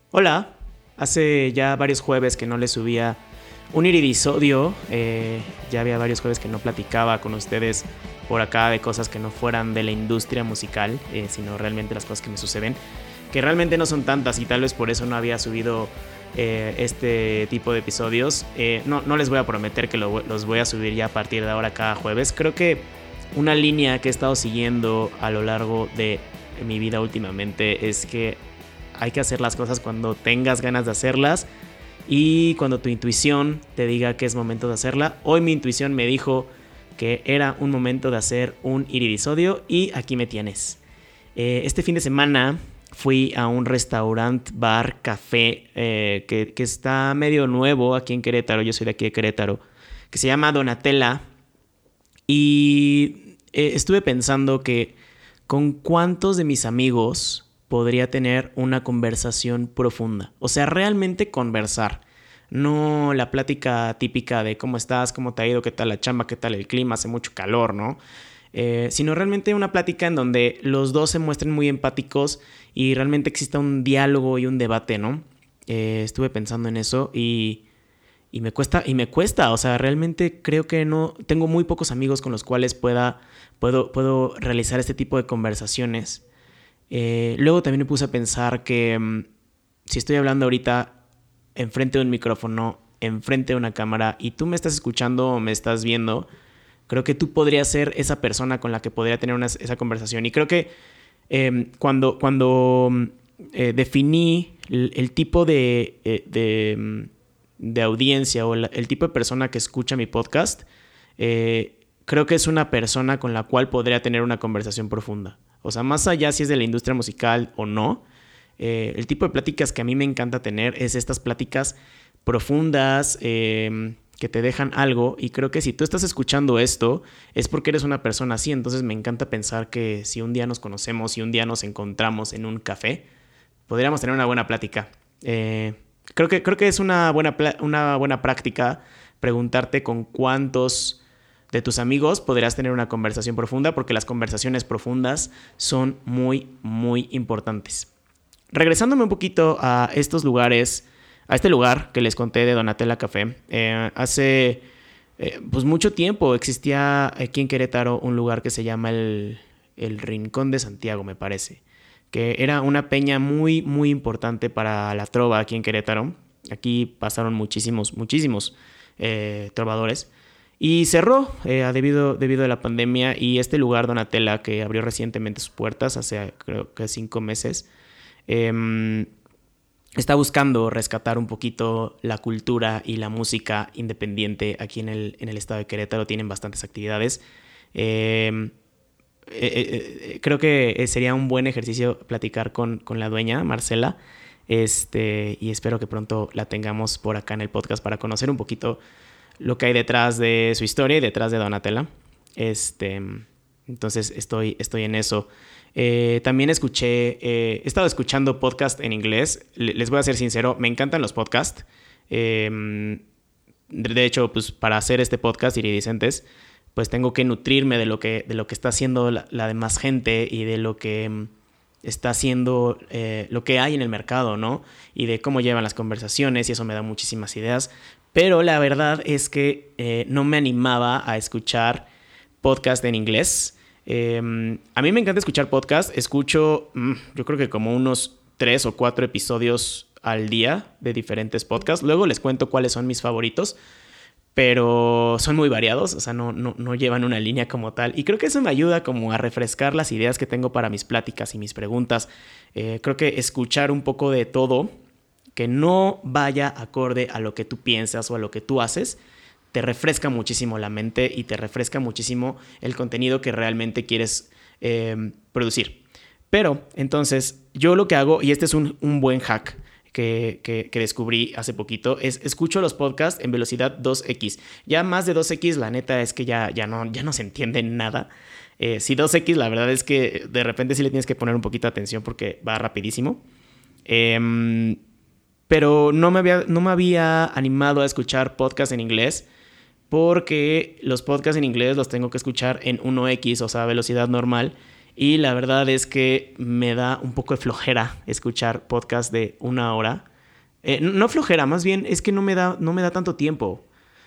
Hola, hace ya varios jueves que no le subía un iridisodio. Ya había varios jueves que no platicaba con ustedes por acá de cosas que no fueran de la industria musical, sino realmente las cosas que me suceden, que realmente no son tantas y tal vez por eso no había subido este tipo de episodios. No les voy a prometer que los voy a subir ya a partir de ahora cada jueves. Creo que una línea que he estado siguiendo a lo largo de mi vida últimamente es que hay que hacer las cosas cuando tengas ganas de hacerlas y cuando tu intuición te diga que es momento de hacerla. Hoy mi intuición me dijo que era un momento de hacer un iridisodio y aquí me tienes. Este fin de semana fui a un restaurant, bar, café que está medio nuevo aquí en Querétaro. Yo soy de aquí de Querétaro, que se llama Donatella. Y estuve pensando que con cuántos de mis amigos podría tener una conversación profunda. O sea, realmente conversar. No la plática típica de cómo estás, cómo te ha ido, qué tal la chamba, qué tal el clima, hace mucho calor, ¿no? Sino realmente una plática en donde los dos se muestren muy empáticos y realmente exista un diálogo y un debate, ¿no? Estuve pensando en eso y me cuesta, o sea, realmente creo que no, tengo muy pocos amigos con los cuales puedo realizar este tipo de conversaciones. Luego también me puse a pensar que si estoy hablando ahorita enfrente de un micrófono, enfrente de una cámara y tú me estás escuchando o me estás viendo, creo que tú podrías ser esa persona con la que podría tener esa conversación. Y creo que cuando definí el tipo de audiencia o el tipo de persona que escucha mi podcast, creo que es una persona con la cual podría tener una conversación profunda. O sea, más allá si es de la industria musical o no, el tipo de pláticas que a mí me encanta tener es estas pláticas profundas que te dejan algo. Y creo que si tú estás escuchando esto es porque eres una persona así. Entonces me encanta pensar que si un día nos conocemos y un día nos encontramos en un café, podríamos tener una buena plática. Creo que es una buena práctica preguntarte con cuántos de tus amigos podrás tener una conversación profunda, porque las conversaciones profundas son muy, muy importantes. Regresándome un poquito a estos lugares, a este lugar que les conté de Donatella Café, hace pues mucho tiempo existía aquí en Querétaro un lugar que se llama el Rincón de Santiago, me parece, que era una peña muy, muy importante para la trova aquí en Querétaro. Aquí pasaron muchísimos trovadores. Y cerró debido a la pandemia, y este lugar, Donatella, que abrió recientemente sus puertas hace creo que 5 meses, está buscando rescatar un poquito la cultura y la música independiente aquí en el estado de Querétaro. Tienen bastantes actividades. Creo que sería un buen ejercicio platicar con la dueña, Marcela, y espero que pronto la tengamos por acá en el podcast para conocer un poquito lo que hay detrás de su historia y detrás de Donatella. Entonces estoy en eso. También he estado escuchando podcast en inglés. Les voy a ser sincero, me encantan los podcasts. De hecho, pues para hacer este podcast, Iridicentes, pues tengo que nutrirme de lo que está haciendo la demás gente y de lo que está haciendo, lo que hay en el mercado, ¿no? Y de cómo llevan las conversaciones, y eso me da muchísimas ideas. Pero la verdad es que no me animaba a escuchar podcast en inglés. A mí me encanta escuchar podcast. Escucho, yo creo que como unos 3 o 4 episodios al día de diferentes podcasts. Luego les cuento cuáles son mis favoritos, pero son muy variados, o sea, no llevan una línea como tal. Y creo que eso me ayuda como a refrescar las ideas que tengo para mis pláticas y mis preguntas. Creo que escuchar un poco de todo, que no vaya acorde a lo que tú piensas o a lo que tú haces, te refresca muchísimo la mente y te refresca muchísimo el contenido que realmente quieres producir. Pero entonces yo lo que hago, y este es un buen hack que descubrí hace poquito, es escucho los podcasts en velocidad 2x. Ya más de 2x, la neta es que ya no se entiende nada. Si 2x, la verdad es que de repente sí le tienes que poner un poquito de atención porque va rapidísimo. Pero no me había animado a escuchar podcasts en inglés, porque los podcasts en inglés los tengo que escuchar en 1x, o sea, velocidad normal. Y la verdad es que me da un poco de flojera escuchar podcast de 1 hora. No flojera, más bien es que no me da tanto tiempo.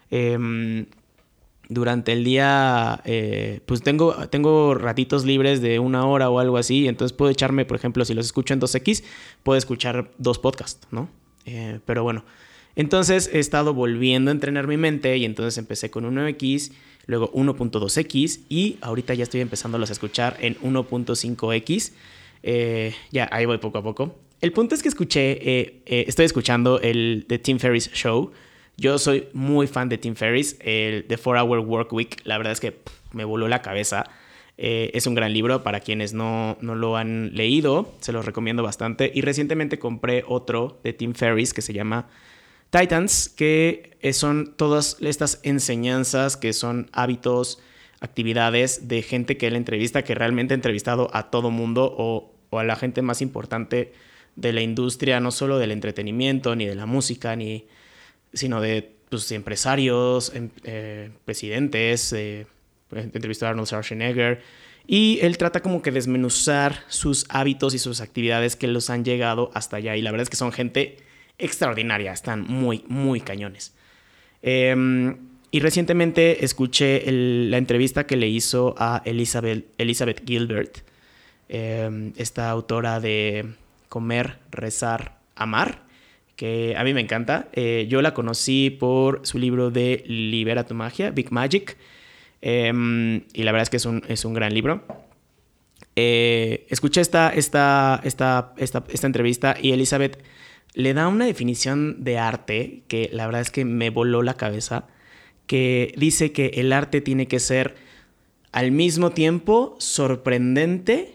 Durante el día, pues tengo ratitos libres de 1 hora o algo así. Entonces puedo echarme, por ejemplo, si los escucho en 2X, puedo escuchar 2 podcasts, ¿no? Pero bueno, entonces he estado volviendo a entrenar mi mente y entonces empecé con 1X, luego 1.2X y ahorita ya estoy empezándolos a escuchar en 1.5X. Ya, ahí voy poco a poco. El punto es que estoy escuchando el The Tim Ferriss Show. Yo soy muy fan de Tim Ferriss, el The 4-Hour Workweek. La verdad es que me voló la cabeza. Es un gran libro para quienes no lo han leído. Se los recomiendo bastante. Y recientemente compré otro de Tim Ferriss que se llama Titans, que son todas estas enseñanzas que son hábitos, actividades de gente que él entrevista, que realmente ha entrevistado a todo mundo o a la gente más importante de la industria, no solo del entretenimiento, ni de la música, sino de pues, empresarios, presidentes, entrevistó a Arnold Schwarzenegger, y él trata como que desmenuzar sus hábitos y sus actividades que los han llegado hasta allá, y la verdad es que son gente extraordinaria, están muy, muy cañones. Y recientemente escuché la entrevista que le hizo a Elizabeth Gilbert, esta autora de Comer, Rezar, Amar, que a mí me encanta. Yo la conocí por su libro de Libera tu Magia, Big Magic, y la verdad es que es un gran libro. Escuché esta entrevista y Elizabeth le da una definición de arte que la verdad es que me voló la cabeza, que dice que el arte tiene que ser al mismo tiempo sorprendente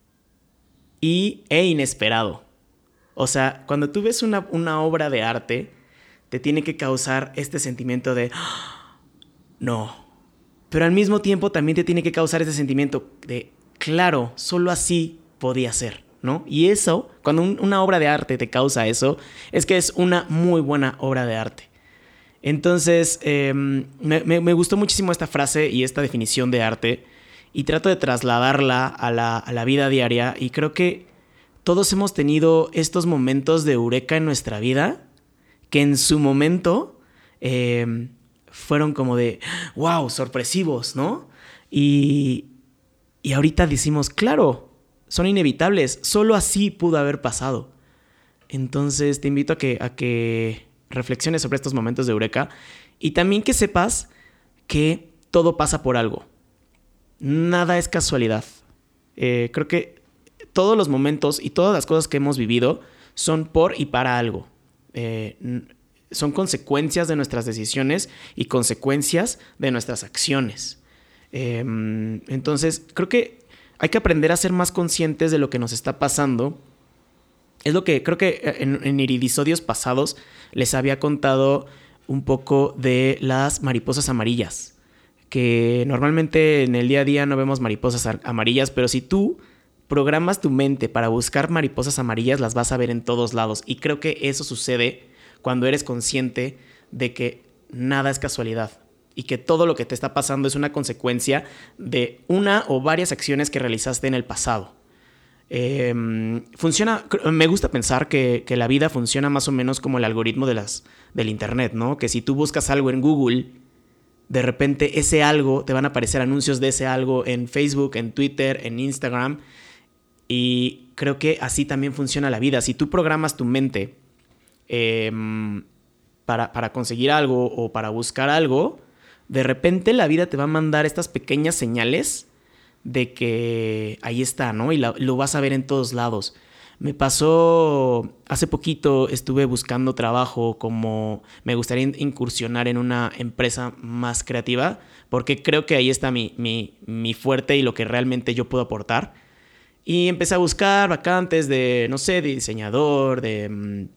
e inesperado. O sea, cuando tú ves una obra de arte, te tiene que causar este sentimiento de no. Pero al mismo tiempo también te tiene que causar ese sentimiento de claro, solo así podía ser, ¿no? Y eso, cuando una obra de arte te causa eso, es que es una muy buena obra de arte. Entonces, me gustó muchísimo esta frase y esta definición de arte y trato de trasladarla a la vida diaria y creo que todos hemos tenido estos momentos de eureka en nuestra vida que en su momento fueron como de wow, sorpresivos, ¿no? Y ahorita decimos, claro, son inevitables, solo así pudo haber pasado. Entonces te invito a que reflexiones sobre estos momentos de eureka y también que sepas que todo pasa por algo. Nada es casualidad. Creo que todos los momentos y todas las cosas que hemos vivido son por y para algo. Son consecuencias de nuestras decisiones y consecuencias de nuestras acciones. Entonces, creo que hay que aprender a ser más conscientes de lo que nos está pasando. Es lo que creo que en episodios pasados les había contado un poco de las mariposas amarillas. Que normalmente en el día a día no vemos mariposas amarillas, pero si tú programas tu mente para buscar mariposas amarillas, las vas a ver en todos lados. Y creo que eso sucede cuando eres consciente de que nada es casualidad y que todo lo que te está pasando es una consecuencia de una o varias acciones que realizaste en el pasado. Me gusta pensar que la vida funciona más o menos como el algoritmo del internet, ¿no? Que si tú buscas algo en Google, de repente ese algo, te van a aparecer anuncios de ese algo en Facebook, en Twitter, en Instagram. Y creo que así también funciona la vida. Si tú programas tu mente para conseguir algo o para buscar algo, de repente la vida te va a mandar estas pequeñas señales de que ahí está, ¿no? Y lo vas a ver en todos lados. Me pasó hace poquito, estuve buscando trabajo, como me gustaría incursionar en una empresa más creativa, porque creo que ahí está mi fuerte y lo que realmente yo puedo aportar. Y empecé a buscar vacantes de, no sé, de diseñador, de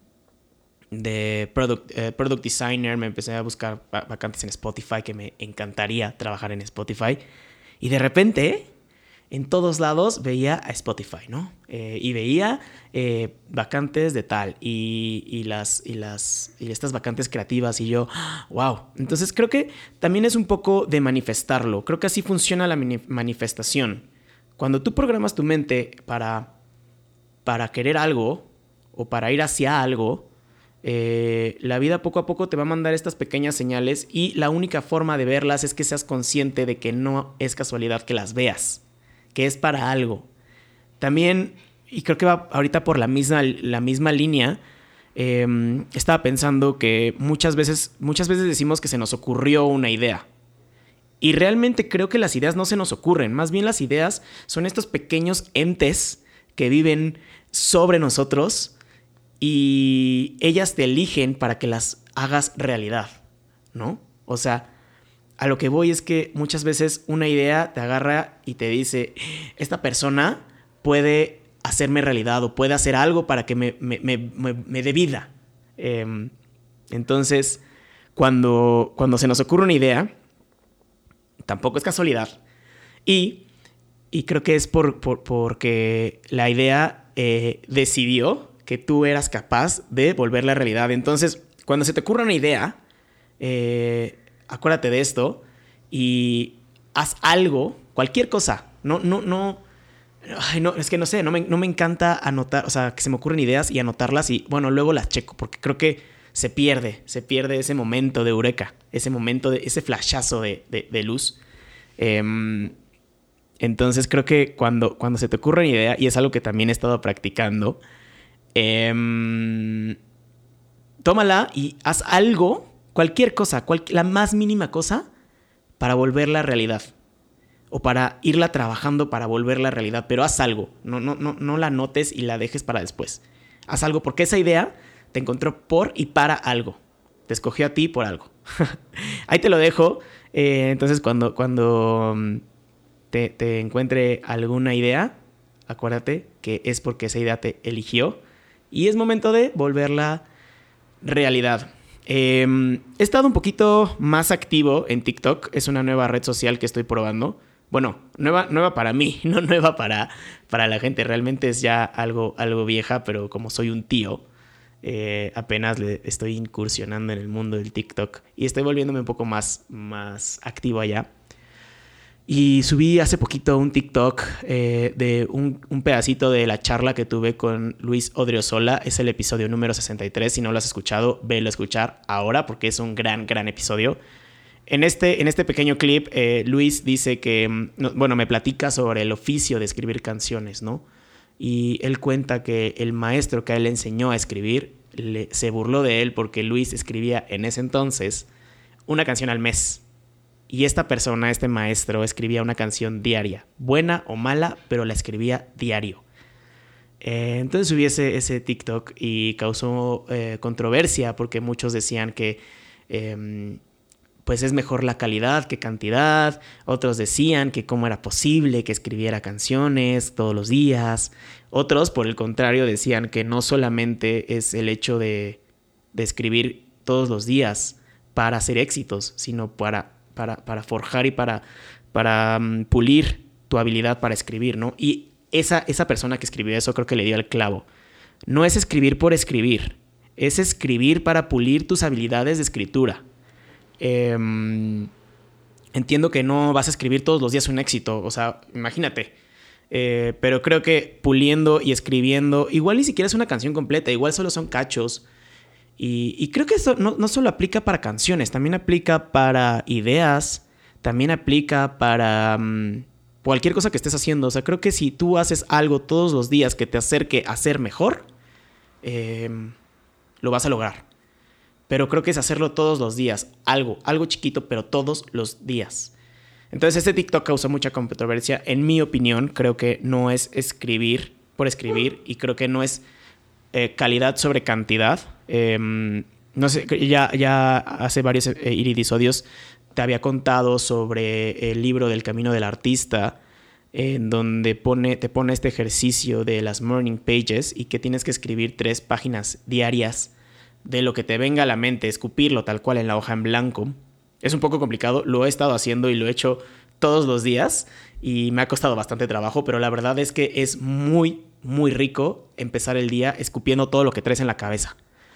product designer. Me empecé a buscar vacantes en Spotify, que me encantaría trabajar en Spotify. Y de repente, en todos lados veía a Spotify, ¿no? Y veía vacantes de tal y estas vacantes creativas y yo, wow. Entonces creo que también es un poco de manifestarlo. Creo que así funciona la manifestación. cuando tú programas tu mente para querer algo o para ir hacia algo, la vida poco a poco te va a mandar estas pequeñas señales y la única forma de verlas es que seas consciente de que no es casualidad que las veas, que es para algo. También, y creo que va ahorita por la misma línea, estaba pensando que muchas veces decimos que se nos ocurrió una idea. Y realmente creo que las ideas no se nos ocurren. Más bien las ideas son estos pequeños entes que viven sobre nosotros y ellas te eligen para que las hagas realidad, ¿no? O sea, a lo que voy es que muchas veces una idea te agarra y te dice, esta persona puede hacerme realidad o puede hacer algo para que me dé vida. Entonces, cuando se nos ocurre una idea, tampoco es casualidad. Y creo que es porque la idea decidió que tú eras capaz de volverla realidad. Entonces, cuando se te ocurre una idea, acuérdate de esto y haz algo, cualquier cosa. Ay, no, es que no sé, no me encanta anotar, o sea, que se me ocurren ideas y anotarlas y, bueno, luego las checo, porque creo que se pierde ese momento de eureka, ese momento ese flashazo de luz. Entonces creo que cuando se te ocurre una idea, y es algo que también he estado practicando, tómala y haz algo, cualquier cosa, la más mínima cosa, para volverla realidad. O para irla trabajando para volverla realidad. Pero haz algo. No la anotes y la dejes para después. Haz algo porque esa idea te encontró por y para algo. Te escogió a ti por algo. Ahí te lo dejo. Entonces cuando te encuentre alguna idea, acuérdate que es porque esa idea te eligió. Y es momento de volverla realidad. He estado un poquito más activo en TikTok. Es una nueva red social que estoy probando. Bueno, nueva para mí, no nueva para la gente. Realmente es ya algo vieja, pero como soy un tío, apenas le estoy incursionando en el mundo del TikTok y estoy volviéndome un poco más activo allá. Y subí hace poquito un TikTok de un pedacito de la charla que tuve con Luis Odriozola. Es el episodio número 63. Si no lo has escuchado, velo a escuchar ahora porque es un gran episodio. En este pequeño clip, Luis dice que, me platica sobre el oficio de escribir canciones, ¿no? Y él cuenta que el maestro que a él le enseñó a escribir se burló de él porque Luis escribía en ese entonces una canción al mes. Y esta persona, este maestro, escribía una canción diaria, buena o mala, pero la escribía diario. Entonces subí ese TikTok y causó controversia porque muchos decían que pues es mejor la calidad que cantidad. Otros decían que cómo era posible que escribiera canciones todos los días. Otros, por el contrario, decían que no solamente es el hecho de escribir todos los días para hacer éxitos, sino para forjar y para pulir tu habilidad para escribir, ¿no? Y esa persona que escribió eso creo que le dio el clavo. No es escribir por escribir, es escribir para pulir tus habilidades de escritura. Entiendo que no vas a escribir todos los días un éxito, o sea, imagínate. Pero creo que puliendo y escribiendo, igual ni siquiera es una canción completa, igual solo son cachos. Y creo que eso no solo aplica para canciones, también aplica para ideas, también aplica para cualquier cosa que estés haciendo. O sea, creo que si tú haces algo todos los días que te acerque a ser mejor, lo vas a lograr. Pero creo que es hacerlo todos los días, algo chiquito, pero todos los días. Entonces este TikTok causó mucha controversia. En mi opinión, creo que no es escribir por escribir y creo que no es calidad sobre cantidad. No sé, ya hace varios iridisodios te había contado sobre el libro del Camino del Artista, en donde te pone este ejercicio de las morning pages y que tienes que escribir 3 páginas diarias de lo que te venga a la mente, escupirlo tal cual en la hoja en blanco. Es un poco complicado, lo he estado haciendo y lo he hecho todos los días y me ha costado bastante trabajo, pero la verdad es que es muy, muy rico empezar el día escupiendo todo lo que traes en la cabeza.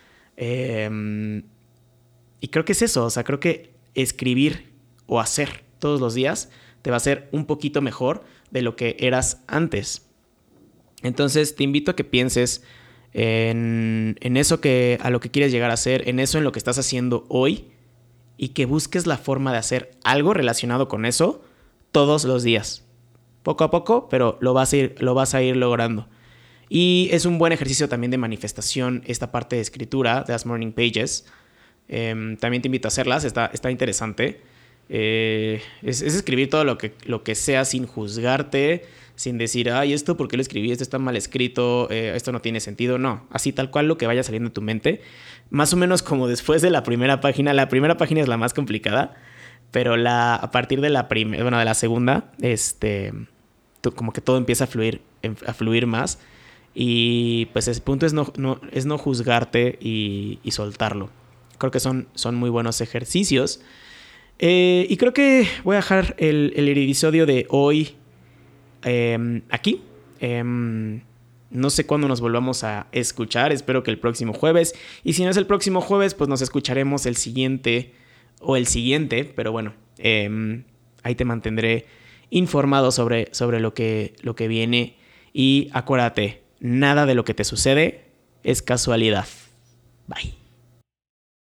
Y creo que es eso, o sea, creo que escribir o hacer todos los días te va a hacer un poquito mejor de lo que eras antes. Entonces te invito a que pienses en eso a lo que quieres llegar a ser, en eso en lo que estás haciendo hoy, y que busques la forma de hacer algo relacionado con eso todos los días. Poco a poco, pero lo vas a ir logrando. Y es un buen ejercicio también de manifestación esta parte de escritura de las morning pages. También te invito a hacerlas, está interesante. Es escribir todo lo que sea sin juzgarte, sin decir, ay, ¿esto por qué lo escribí? Esto está mal escrito, esto no tiene sentido. No, así tal cual lo que vaya saliendo de tu mente. Más o menos como después de la primera página. La primera página es la más complicada, pero a partir de de la segunda, como que todo empieza a fluir más. Y pues el punto es no juzgarte y soltarlo. Creo que son muy buenos ejercicios. Y creo que voy a dejar el episodio de hoy aquí. No sé cuándo nos volvamos a escuchar. Espero que el próximo jueves. Y si no es el próximo jueves, pues nos escucharemos el siguiente o el siguiente. Pero bueno, ahí te mantendré informado sobre lo que viene. Y acuérdate, nada de lo que te sucede es casualidad. Bye.